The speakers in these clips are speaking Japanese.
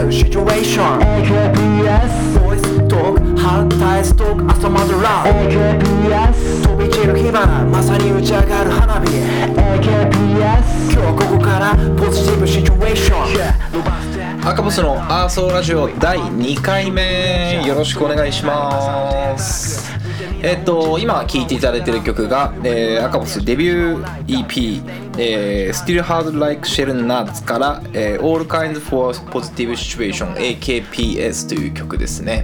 るシチュエーション AKPS ボイストーク反対ストーク朝までラブ AKPS 飛び散る火花まさに打ち上がる花火 AKPS 今日ここからポジティブシチュエーション赤ボスのアーソーラジオ第2回目よろしくお願いします。今聴いていただいている曲が、赤ボスデビュー EP、Still Hard Like Shell Nuts から、All Kinds for Positive Situation AKPS という曲ですね。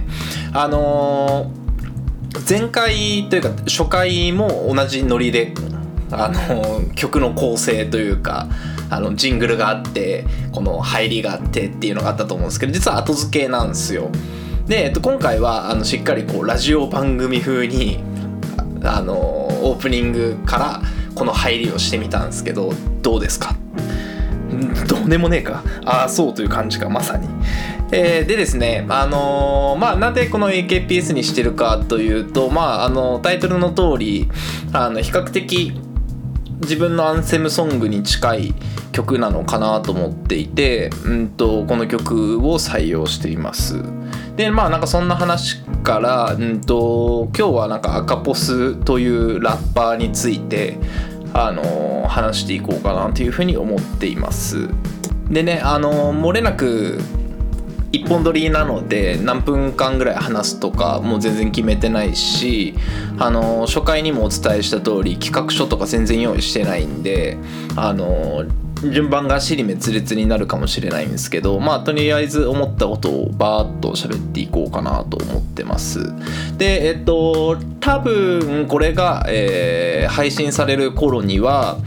前回というか初回も同じノリで曲の構成というかジングルがあってこの入りがあってっていうのがあったと思うんですけど、実は後付けなんですよ。で、今回はしっかりこうラジオ番組風にオープニングからこの入りをしてみたんですけど、どうですか？どうでもねえか。そうという感じか、まさに。でですね、なんでこの AKPS にしてるかというと、タイトルの通り比較的自分のアンセムソングに近い曲なのかなと思っていて、この曲を採用しています。で、なんかそんな話から、今日はなんか赤ポスというラッパーについて話していこうかなというふうに思っています。でね、漏れなく一本撮りなので何分間ぐらい話すとかもう全然決めてないし、初回にもお伝えした通り企画書とか全然用意してないんで順番が尻滅裂になるかもしれないんですけど、とりあえず思ったことをバーッと喋っていこうかなと思ってます。で、多分これが、配信される頃には、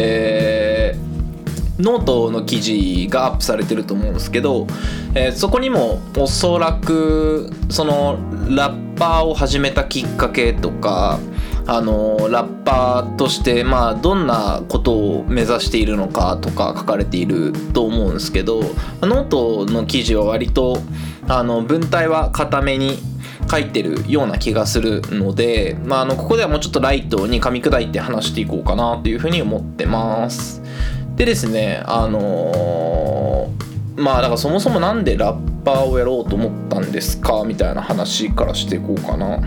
ノートの記事がアップされてると思うんですけど、そこにもおそらくそのラッパーを始めたきっかけとかラッパーとしてどんなことを目指しているのかとか書かれていると思うんですけど、ノートの記事は割と文体は固めに書いてるような気がするので、ここではもうちょっとライトに噛み砕いて話していこうかなというふうに思ってます。でですね、だからそもそもなんでラッパーをやろうと思ったんですかみたいな話からしていこうかな。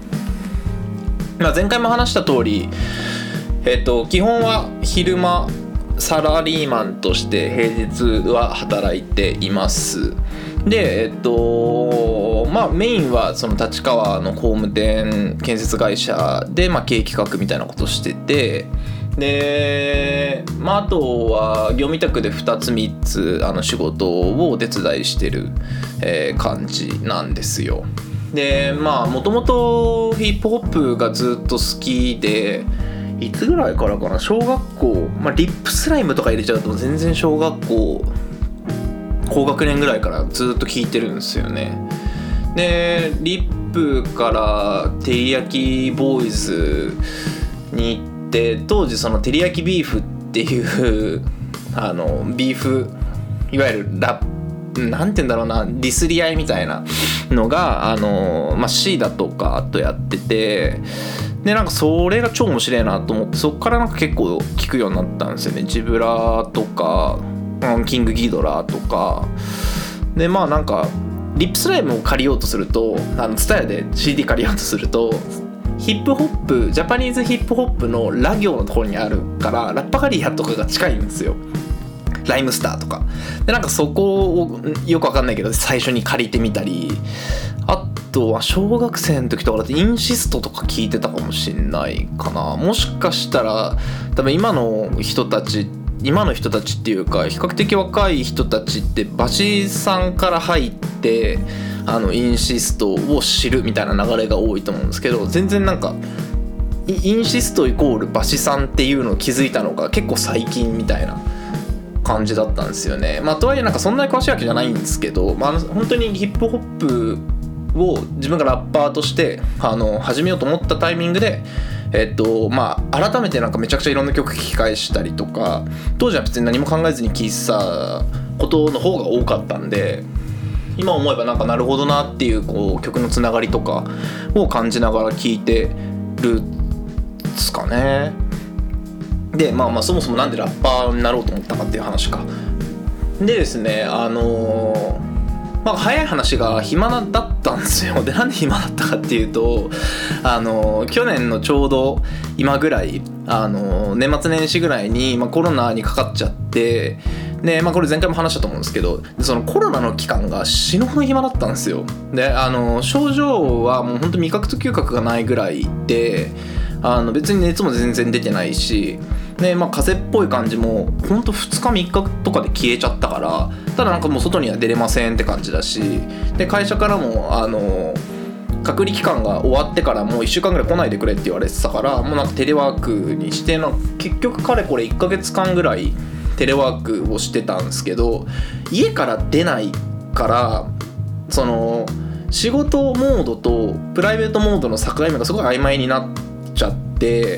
前回も話した通り、基本は昼間サラリーマンとして平日は働いています。で、メインはその立川の工務店建設会社で経営企画みたいなことしてて、で、あとは業務委託で2つ3つ仕事をお手伝いしてる、感じなんですよ。で、もともとヒップホップがずっと好きで、いつぐらいからかな、小学校、リップスライムとか入れちゃうと全然小学校高学年ぐらいからずっと聴いてるんですよね。で、リップからテリヤキボーイズに行って、当時そのテリヤキビーフっていうビーフ、いわゆるラップなんて言うんだろうな、ディスり合いみたいなのがシーダとかとやってて、でなんかそれが超面白いなと思って、そっからなんか結構聞くようになったんですよね。ジブラとかキングギドラとかで、なんかリップスライムを借りようとするとツタヤで CD 借りようとするとヒップホップ、ジャパニーズヒップホップのラ行のところにあるからラッパガリアとかが近いんですよ。ライムスターとかで、なんかそこをよくわかんないけど最初に借りてみたり、あとは小学生の時とかだとインシストとか聞いてたかもしんないかな。もしかしたら多分今の人たちっていうか比較的若い人たちってバシさんから入ってインシストを知るみたいな流れが多いと思うんですけど、全然なんかインシストイコールバシさんっていうのを気づいたのが結構最近みたいな感じだったんですよね。とはいえなんかそんなに詳しいわけじゃないんですけど、本当にヒップホップを自分がラッパーとして始めようと思ったタイミングで改めてなんかめちゃくちゃいろんな曲聴き返したりとか、当時は別に何も考えずに聴いてたことの方が多かったんで、今思えばなんかなるほどなっていう曲のつながりとかを感じながら聴いてるっすかね。でそもそもなんでラッパーになろうと思ったかっていう話か。でですね、 早い話が暇だったんですよ。でなんで暇だったかっていうと去年のちょうど今ぐらい年末年始ぐらいに、コロナにかかっちゃってで、これ前回も話したと思うんですけど、そのコロナの期間が死ぬほど暇だったんですよ。で症状はもう本当味覚と嗅覚がないぐらいで別に熱も全然出てないしで、風邪っぽい感じもほんと2日3日とかで消えちゃったから、ただなんかもう外には出れませんって感じだし、で会社からも隔離期間が終わってからもう1週間ぐらい来ないでくれって言われてたから、もうなんかテレワークにして結局かれこれ1ヶ月間ぐらいテレワークをしてたんですけど、家から出ないからその仕事モードとプライベートモードの境目がすごい曖昧になっちゃって、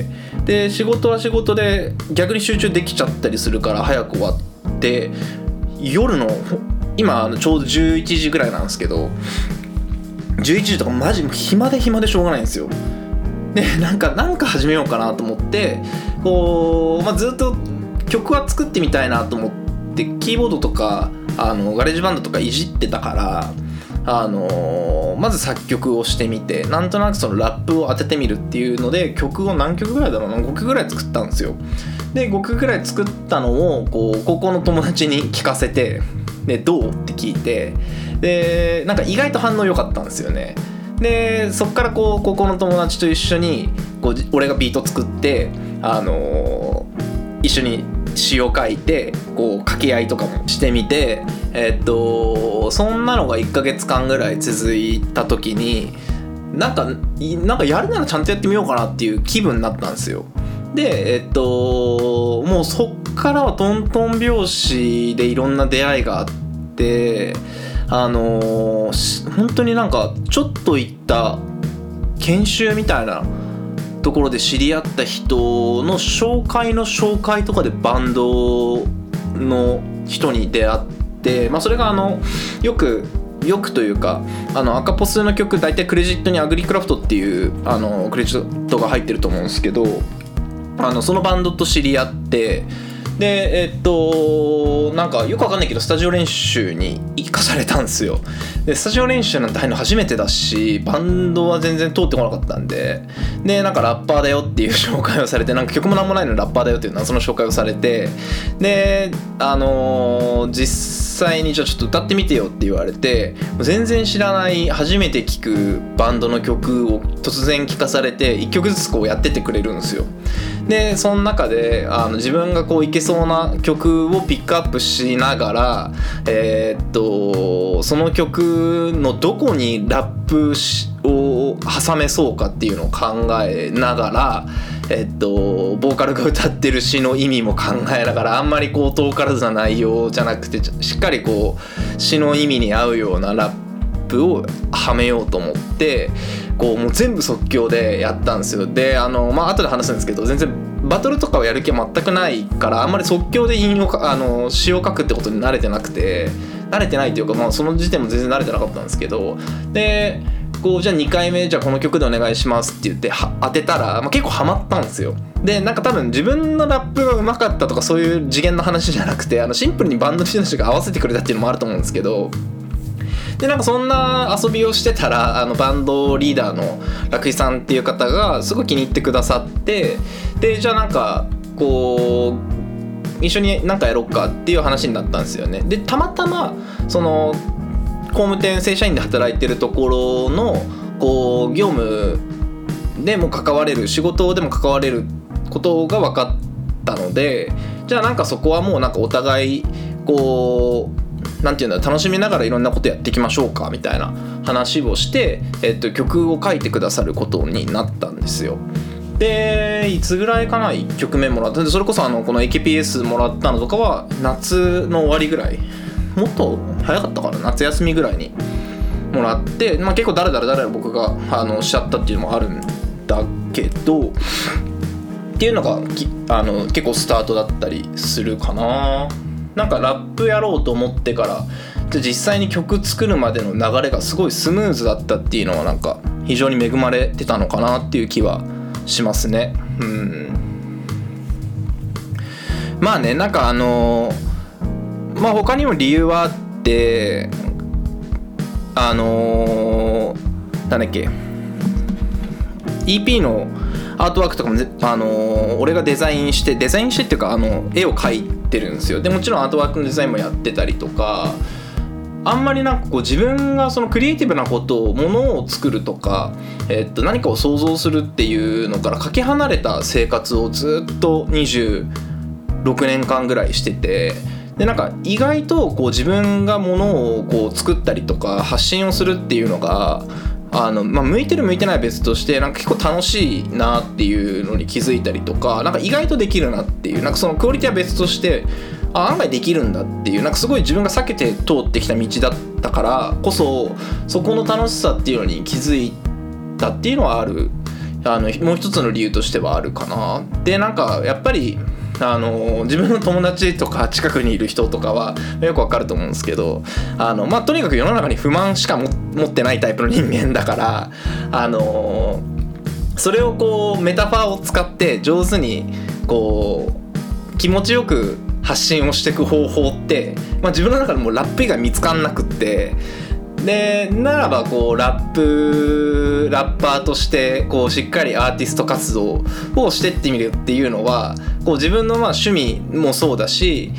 で仕事は仕事で逆に集中できちゃったりするから早く終わって、夜の今ちょうど11時ぐらいなんですけど、11時とかマジ暇でしょうがないんですよ。でなんか始めようかなと思ってこう、ずっと曲は作ってみたいなと思ってキーボードとかガレージバンドとかいじってたからまず作曲をしてみて、なんとなくそのラップを当ててみるっていうので曲を何曲ぐらいだろうな、5曲ぐらい作ったんですよ。で5曲ぐらい作ったのをこう高校の友達に聞かせて、でどうって聞いて、でなんか意外と反応良かったんですよね。でそっからこう高校の友達と一緒にこう俺がビート作って一緒に詩を書いてこう掛け合いとかもしてみて、そんなのが1ヶ月間ぐらい続いた時になんかやるならちゃんとやってみようかなっていう気分になったんですよ。でもうそっからはトントン拍子でいろんな出会いがあって、本当になんかちょっと行った研修みたいなところで知り合った人の紹介とかでバンドの人に出会って、それがよくというか赤ポスの曲大体クレジットにアグリクラフトっていうクレジットが入ってると思うんですけど、そのバンドと知り合って、でなんかよくわかんないけどスタジオ練習に行かされたんですよ。でスタジオ練習なんて入るの初めてだし、バンドは全然通ってこなかったんで、なんかラッパーだよっていう紹介をされて、なんか曲もなんもないのにラッパーだよっていう謎の紹介をされて、で実際にじゃあちょっと歌ってみてよって言われて、全然知らない初めて聴くバンドの曲を突然聴かされて1曲ずつこうやってってくれるんですよ。でその中で自分がこういけそうな曲をピックアップしながら、その曲のどこにラップを挟めそうかっていうのを考えながら、ボーカルが歌ってる詩の意味も考えながら、あんまりこう遠からずな内容じゃなくてしっかりこう詩の意味に合うようなラップをはめようと思ってこうもう全部即興でやったんですよ。で後で話すんですけど、全然バトルとかをやる気は全くないから、あんまり即興で詩を書くってことに慣れてないというか、その時点も全然慣れてなかったんですけど、でこうじゃあ2回目じゃあこの曲でお願いしますって言って当てたら、結構ハマったんですよ。でなんか多分自分のラップが上手かったとかそういう次元の話じゃなくて、シンプルにバンドの人たちが合わせてくれたっていうのもあると思うんですけど、でなんかそんな遊びをしてたらバンドリーダーの楽井さんっていう方がすごい気に入ってくださって、でじゃあなんかこう一緒になんかやろうかっていう話になったんですよね。でたまたまその工務店正社員で働いてるところのこう業務でも関われる仕事でも関われることが分かったので、じゃあなんかそこはもうなんかお互いこうなんていうんだ、楽しみながらいろんなことやっていきましょうかみたいな話をして、曲を書いてくださることになったんですよ。でいつぐらいかな1曲目もらったんで、それこそこの AKPS もらったのとかは夏の終わりぐらい、もっと早かったから夏休みぐらいにもらって、結構誰僕がしちゃったっていうのもあるんだけどっていうのが結構スタートだったりするかな。なんかラップやろうと思ってから実際に曲作るまでの流れがすごいスムーズだったっていうのはなんか非常に恵まれてたのかなっていう気はしますね。なんか他にも理由はあって、 なんだっけ EP のアートワークとかも、俺がデザインしてっていうか絵を描いてるんですよ。でもちろんアートワークのデザインもやってたりとか、あんまりなんかこう自分がそのクリエイティブなことをものを作るとか、何かを想像するっていうのからかけ離れた生活をずっと26年間ぐらいしてて、でなんか意外とこう自分がものをこう作ったりとか発信をするっていうのが向いてる向いてないは別として、なんか結構楽しいなっていうのに気づいたりとか、なんか意外とできるなっていう、なんかそのクオリティは別として案外できるんだっていう、なんかすごい自分が避けて通ってきた道だったからこそ、そこの楽しさっていうのに気づいたっていうのはある、もう一つの理由としてはあるかな。でなんかやっぱり自分の友達とか近くにいる人とかはよくわかると思うんですけど、とにかく世の中に不満しか持ってないタイプの人間だから、それをこうメタファーを使って上手にこう気持ちよく発信をしていく方法って、自分の中でもラップ以外見つかんなくって、でならばこうラッパーとしてこうしっかりアーティスト活動をしてってみるっていうのは、こう自分の趣味もそうだし、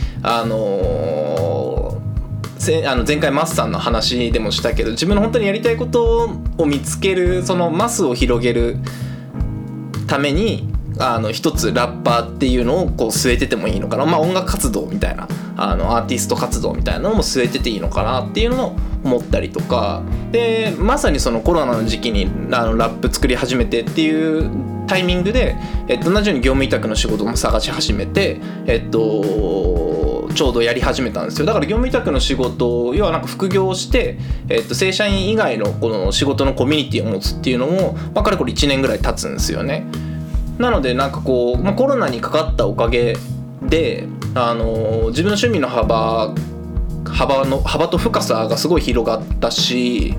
前回マスさんの話でもしたけど、自分の本当にやりたいことを見つける、そのマスを広げるために一つラッパーっていうのをこう据えててもいいのかな、音楽活動みたいなアーティスト活動みたいなのも据えてていいのかなっていうのも思ったりとかで、まさにそのコロナの時期にラップ作り始めてっていうタイミングで、同じように業務委託の仕事も探し始めて、ちょうどやり始めたんですよ。だから業務委託の仕事、要はなんか副業をして、正社員以外のこの仕事のコミュニティを持つっていうのも、かれこれ1年ぐらい経つんですよね。なのでなんかこう、コロナにかかったおかげで、自分の趣味の幅と深さがすごい広がったし、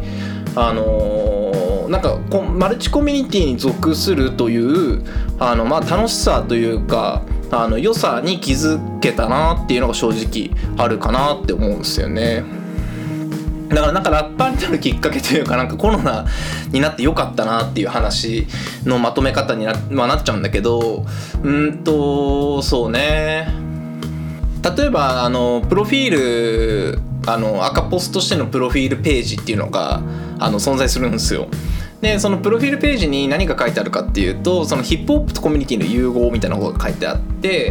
なんかマルチコミュニティに属するという楽しさというか良さに気づけたなっていうのが正直あるかなって思うんですよね。だからなんかラッパーになるきっかけというか、なんかコロナになってよかったなっていう話のまとめ方になっちゃうんだけど、そうね、例えばプロフィール赤ポスとしてのプロフィールページっていうのが存在するんですよ。でそのプロフィールページに何が書いてあるかっていうと、そのヒップホップとコミュニティの融合みたいなことが書いてあって、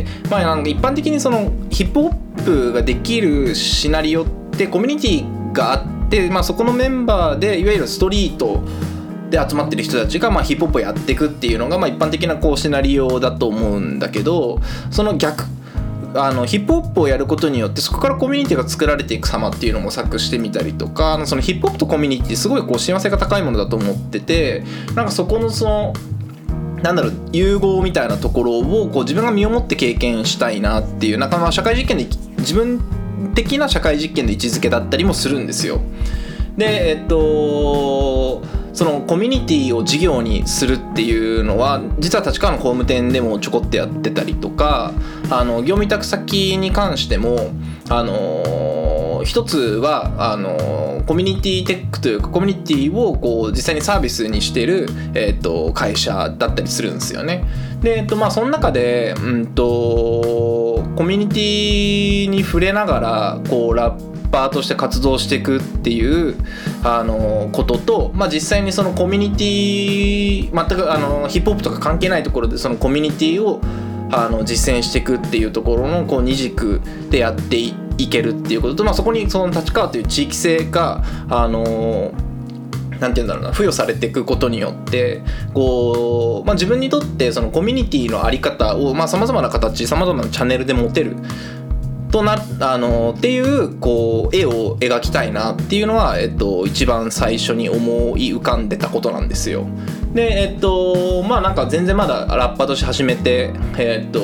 なんか一般的にそのヒップホップができるシナリオってコミュニティがあって、そこのメンバーでいわゆるストリートで集まってる人たちがヒップホップをやっていくっていうのが一般的なこうシナリオだと思うんだけど、その逆ヒップホップをやることによってそこからコミュニティが作られていく様っていうのも模索してみたりとか、そのヒップホップとコミュニティすごいこう親和性が高いものだと思ってて、なんかそこのその融合みたいなところをこう自分が身をもって経験したいなっていう、なんか社会実験で自分的な社会実験の位置づけだったりもするんですよ。でそのコミュニティを事業にするっていうのは実は立川の工務店でもちょこっとやってたりとか、業務委託先に関しても一つはコミュニティテックというかコミュニティをこう実際にサービスにしてる、会社だったりするんですよね。でその中でコミュニティに触れながらこうラッパーとして活動していくっていうことと、実際にそのコミュニティ全くヒップホップとか関係ないところでそのコミュニティを実践していくっていうところのこう二軸でやっていけるっていうことと、そこにその立川という地域性がなんていうんだろうな、付与されていくことによってこう、自分にとってそのコミュニティの在り方をさまざまな形さまざまなチャンネルで持てるとっていうこう絵を描きたいなっていうのは、一番最初に思い浮かんでたことなんですよ。でなんか全然まだラッパーとして始めて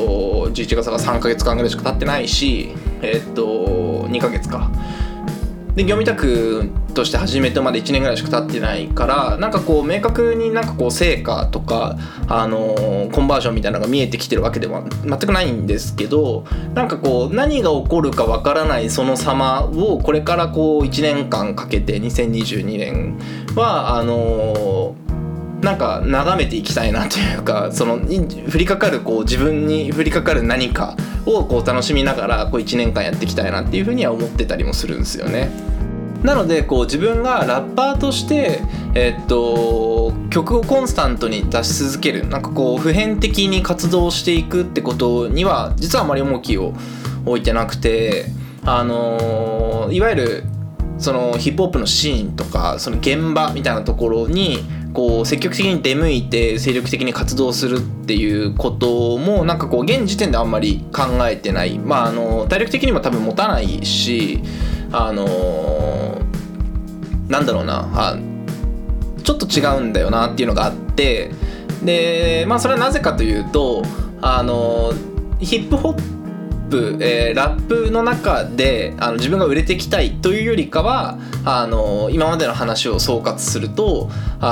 11月が3ヶ月間ぐらいしか経ってないし2ヶ月かで業務委託として始めてまだ1年ぐらいしか経ってないから、なんかこう明確になんかこう成果とか、コンバージョンみたいなのが見えてきてるわけでは全くないんですけど、なんかこう何が起こるかわからないその様をこれからこう1年間かけて2022年はなんか眺めていきたいなというか、その降りかかるこう自分に降りかかる何かをこう楽しみながらこう1年間やっていきたいなっていうふうには思ってたりもするんですよね。なのでこう自分がラッパーとして、曲をコンスタントに出し続ける、なんかこう普遍的に活動していくってことには実はあまり重きを置いてなくて、いわゆるそのヒップホップのシーンとかその現場みたいなところにこう積極的に出向いて精力的に活動するっていうこともなんかこう現時点であんまり考えてない、体力的にも多分持たないし、なんだろうな、ちょっと違うんだよなっていうのがあって、でそれはなぜかというとヒップホップラップの中で自分が売れていきたいというよりかは今までの話を総括すると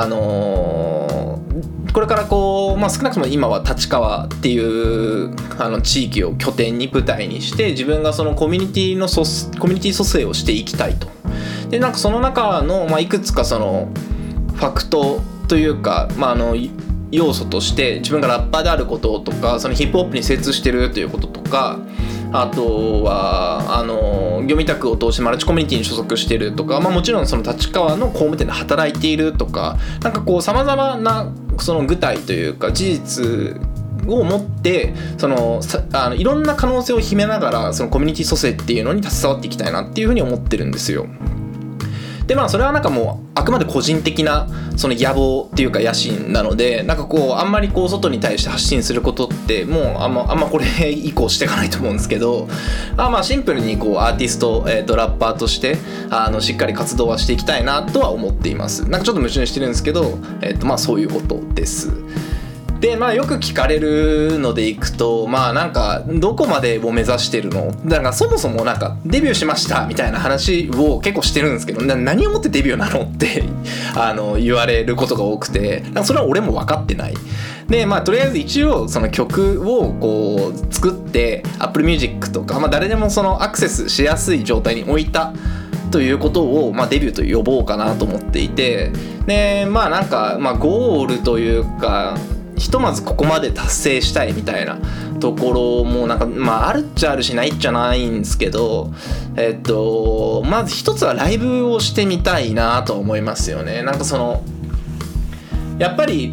これからこう、少なくとも今は立川っていう地域を拠点に舞台にして自分がそのコミュニティ蘇生をしていきたいと。でなんかその中の、いくつかそのファクトというか、要素として自分がラッパーであることとかそのヒップホップに精通してるということとか、あとは業務委託を通してマルチコミュニティに所属しているとか、もちろんその立川の工務店で働いているとか、なんかこうさまざまなその具体というか事実を持っていろんな可能性を秘めながらそのコミュニティ蘇生っていうのに携わっていきたいなっていうふうに思ってるんですよ。でそれはなんかもうあくまで個人的なその野望っていうか野心なので、なんかこうあんまりこう外に対して発信することってもうあんまこれ以降していかないと思うんですけど、シンプルにこうアーティスト、ラッパーとしてしっかり活動はしていきたいなとは思っています。なんかちょっと矛盾してるんですけど、そういうことです。でよく聞かれるのでいくとなんかどこまでを目指してるの、だからそもそもなんかデビューしましたみたいな話を結構してるんですけど、何をもってデビューなのって言われることが多くて、それは俺も分かってない。でとりあえず一応その曲をこう作って Apple Music とか、誰でもそのアクセスしやすい状態に置いたということを、デビューと呼ぼうかなと思っていて、でなんかゴールというかひとまずここまで達成したいみたいなところもなんかあるっちゃあるしないっちゃないんですけど、まず一つはライブをしてみたいなと思いますよね。なんかそのやっぱり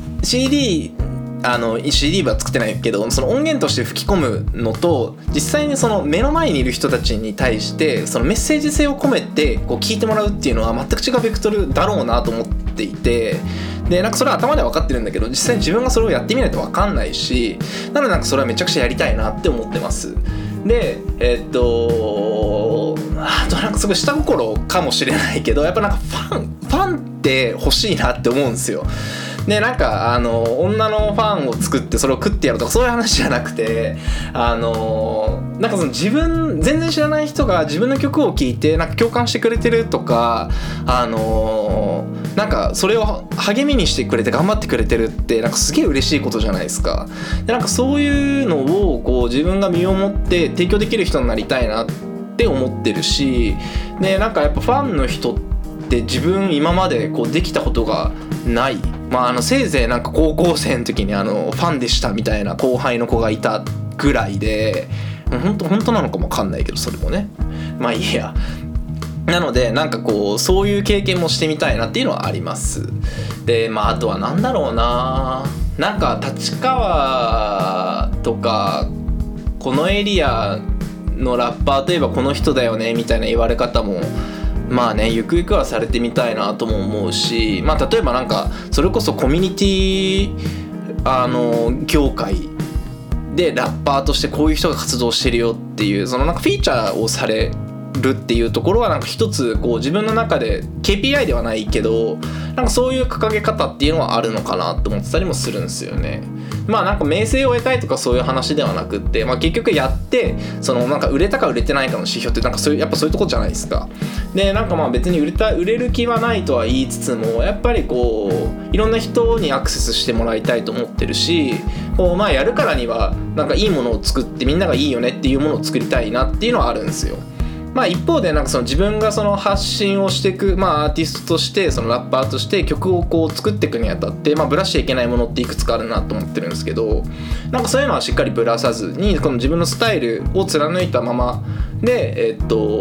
CD は作ってないけどその音源として吹き込むのと実際にその目の前にいる人たちに対してそのメッセージ性を込めてこう聞いてもらうっていうのは全く違うベクトルだろうなと思っていて、でなんかそれは頭では分かってるんだけど実際に自分がそれをやってみないと分かんないし、なのでなんかそれはめちゃくちゃやりたいなって思ってます。であとなんかすごい下心かもしれないけどやっぱなんかファンって欲しいなって思うんですよ。でなんか女のファンを作ってそれを食ってやるとかそういう話じゃなくてなんかその全然知らない人が自分の曲を聴いてなんか共感してくれてるとかなんかそれを励みにしてくれて頑張ってくれてるってなんかすげえ嬉しいことじゃないですか。でなんかそういうのをこう自分が身をもって提供できる人になりたいなって思ってるし、でなんかやっぱファンの人って自分今までこうできたことがない、せいぜいなんか高校生の時にファンでしたみたいな後輩の子がいたぐらいで本当なのかも分かんないけどそれもねいいや。なのでなんかこうそういう経験もしてみたいなっていうのはあります。であとはなんだろうな、なんか立川とかこのエリアのラッパーといえばこの人だよねみたいな言われ方もゆくゆくはされてみたいなとも思うし、例えばなんかそれこそコミュニティ業界でラッパーとしてこういう人が活動してるよっていうそのなんかフィーチャーをされるっていうところはなんか一つこう自分の中で KPI ではないけどなんかそういう掲げ方っていうのはあるのかなと思ってたりもするんですよね。 まあなんか名声を得たいとかそういう話ではなくって、まあ、結局やってそのなんか売れたか売れてないかの指標ってなんかやっぱそういうとこじゃないですか。でなんかまあ別に売れる気はないとは言いつつもやっぱりこういろんな人にアクセスしてもらいたいと思ってるし、こうまあやるからにはなんかいいものを作ってみんながいいよねっていうものを作りたいなっていうのはあるんですよ。まあ、一方でなんかその自分がその発信をしていく、まあ、アーティストとしてそのラッパーとして曲をこう作っていくにあたって、まあ、ブラしちゃいけないものっていくつかあるなと思ってるんですけど、なんかそういうのはしっかりブラさずにこの自分のスタイルを貫いたままで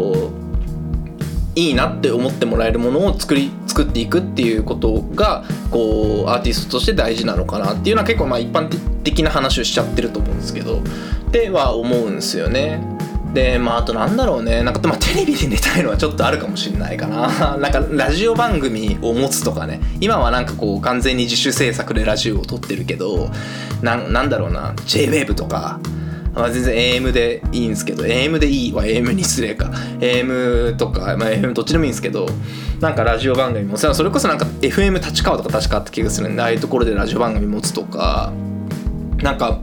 いいなって思ってもらえるものを作っていくっていうことがこうアーティストとして大事なのかなっていうのは結構まあ一般的な話をしちゃってると思うんですけどっては思うんですよね。でまああとなんだろうね、なんかまあテレビで出たいのはちょっとあるかもしれないかななんかラジオ番組を持つとかね、今はなんかこう完全に自主制作でラジオを撮ってるけどなんだろうな J-WAVE とか、まあ、全然 AM でいいんですけど AM でいいは AM に失礼か AM とか、まあ、FM どっちでもいいんですけど、なんかラジオ番組もそれこそなんか FM 立川とか確かあった気がするんで、ああいうところでラジオ番組持つとか、なんか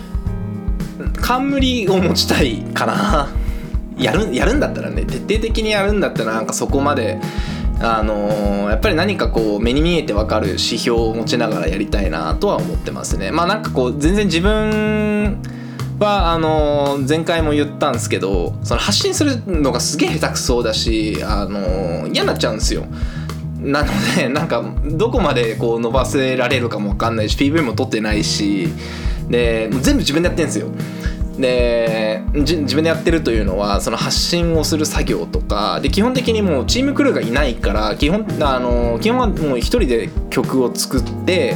冠を持ちたいかなやるんだったらね、徹底的にやるんだったらなんかそこまでやっぱり何かこう目に見えて分かる指標を持ちながらやりたいなとは思ってますね。まあなんかこう全然自分は前回も言ったんですけど、その発信するのがすげえ下手くそだし嫌になっちゃうんですよ。なのでなんかどこまでこう伸ばせられるかも分かんないし PV も撮ってないしで全部自分でやってるんですよ。で自分でやってるというのはその発信をする作業とかで基本的にもうチームクルーがいないから基本はもう一人で曲を作って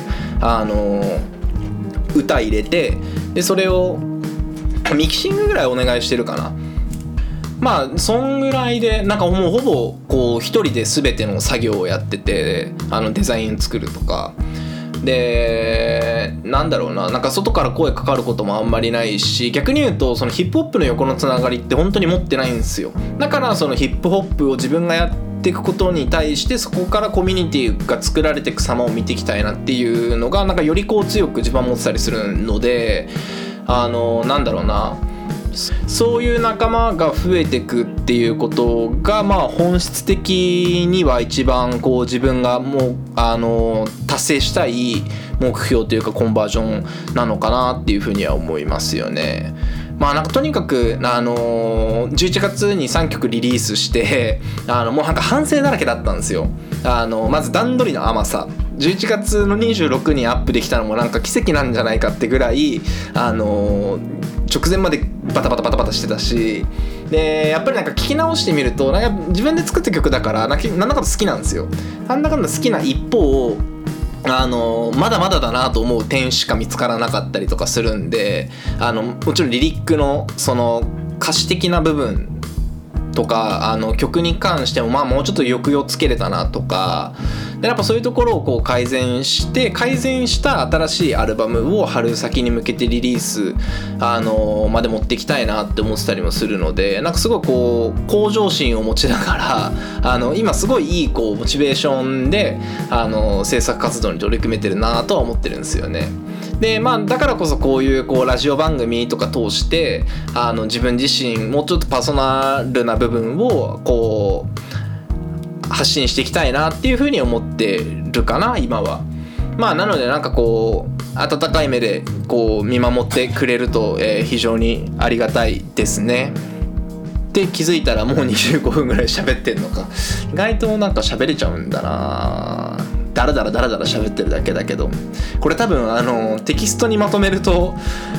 歌入れてでそれをミキシングぐらいお願いしてるかな。まあそんぐらいでなんかもうほぼこう一人で全ての作業をやっててデザイン作るとかでなんだろうな、なんか外から声かかることもあんまりないし、逆に言うとそのヒップホップの横のつながりって本当に持ってないんですよ。だからそのヒップホップを自分がやっていくことに対してそこからコミュニティが作られていく様を見ていきたいなっていうのがなんかよりこう強く自分は持ってたりするのでなんだろうな、そういう仲間が増えてくっていうことがまあ本質的には一番こう自分がもう達成したい目標というかコンバージョンなのかなっていうふうには思いますよね。まあなんかとにかく11月に3曲リリースしてもうなんか反省だらけだったんですよ。まず段取りの甘さ、11月の26にアップできたのもなんか奇跡なんじゃないかってぐらい直前までバタバタしてたし、でやっぱりなんか聞き直してみるとなんか自分で作った曲だからなんだかんだ好きなんですよ。なんだかんだ好きな一方まだまだだなと思う点しか見つからなかったりとかするんでもちろんリリックのその歌詞的な部分とか曲に関してもまあもうちょっと抑揚つけれたなとかで、やっぱそういうところをこう改善した新しいアルバムを春先に向けてリリースまで持っていきたいなって思ってたりもするので、なんかすごいこう向上心を持ちながら今すごいいいこうモチベーションで制作活動に取り組めてるなとは思ってるんですよね。でまあだからこそこういうラジオ番組とか通して自分自身もうちょっとパーソナルな部分をこう発信していきたいなっていうふうに思ってるかな今は。まあなのでなんかこう温かい目でこう見守ってくれると、非常にありがたいですね。で気づいたらもう25分ぐらい喋ってんのか。意外となんか喋れちゃうんだな。ダラダラ喋ってるだけだけど、これ多分テキストにまとめると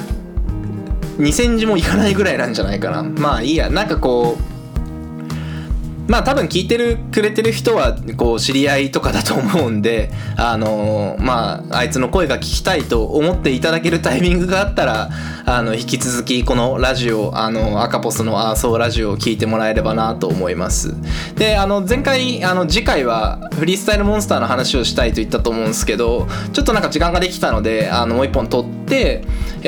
2000字もいかないぐらいなんじゃないかな。まあいいや、なんかこうまあ多分聞いてくれてる人はこう知り合いとかだと思うんでまああいつの声が聞きたいと思っていただけるタイミングがあったら引き続きこのラジオアカポスのアーソーラジオを聞いてもらえればなと思います。で前回次回はフリースタイルモンスターの話をしたいと言ったと思うんですけど、ちょっとなんか時間ができたのでもう一本撮って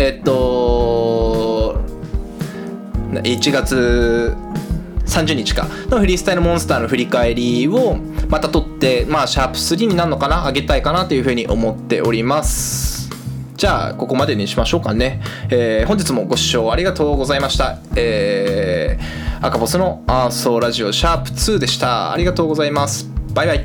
1月30日かのフリースタイルモンスターの振り返りをまた撮って、まあシャープ3になるのかな、上げたいかなというふうに思っております。 じゃあここまでにしましょうかね。本日もご視聴ありがとうございました。赤ボスのアーソーラジオシャープ2でした。ありがとうございます。バイバイ。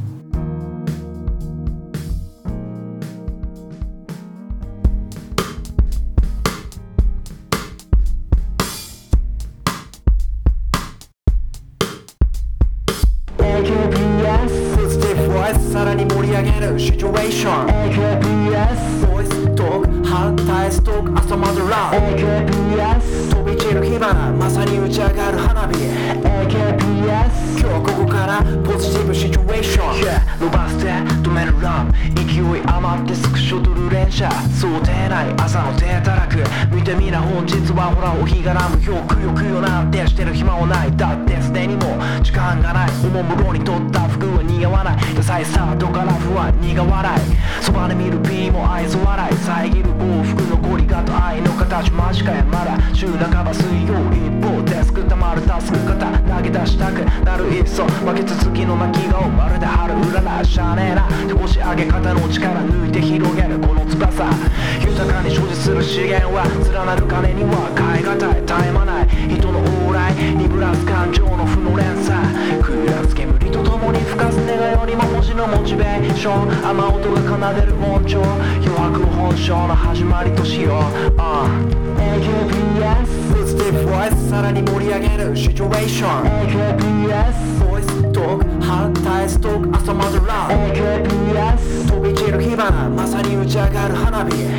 さらに盛り上げるシチュエーション AKBS ボイストーク反対ストーク朝までラブ AKBS 飛び散る火花まさに打ち上がる花火 AKBS 今日ここからポジティブシチュエーション、yeah、伸ばして止めるラブ勢い余ってスクショ撮る連射想定内朝の手たらく見てみな本日はほらお日がらむよくよくよなんてしてる暇はないだってすでにもう時間がないおもむろに取った服は似合わないダサいスタートから不安苦笑いそばで見る P も愛想笑い遮る幸福残りがと愛の形間近やまだ週半ば水曜一方デスクたまるタスク型投げ出したくなるいっそ負け続きの泣き顔まるで春うららしゃねえな押し上げ方の力抜いて広げるこの翼豊かに所持する資源は連なる金には変え難い絶え間ない人の往来にぶらす感情の負の連鎖食らす煙と共に吹かす願いよりも文字のモチベーション雨音が奏でる音調余白本性の始まりとしよう、AKBS ポジティブボイスさらに盛り上げるシチュエーション AKBS ボイストーク反対ストーク朝までラブ AKBS 飛び散る火花まさに打ち上がる花火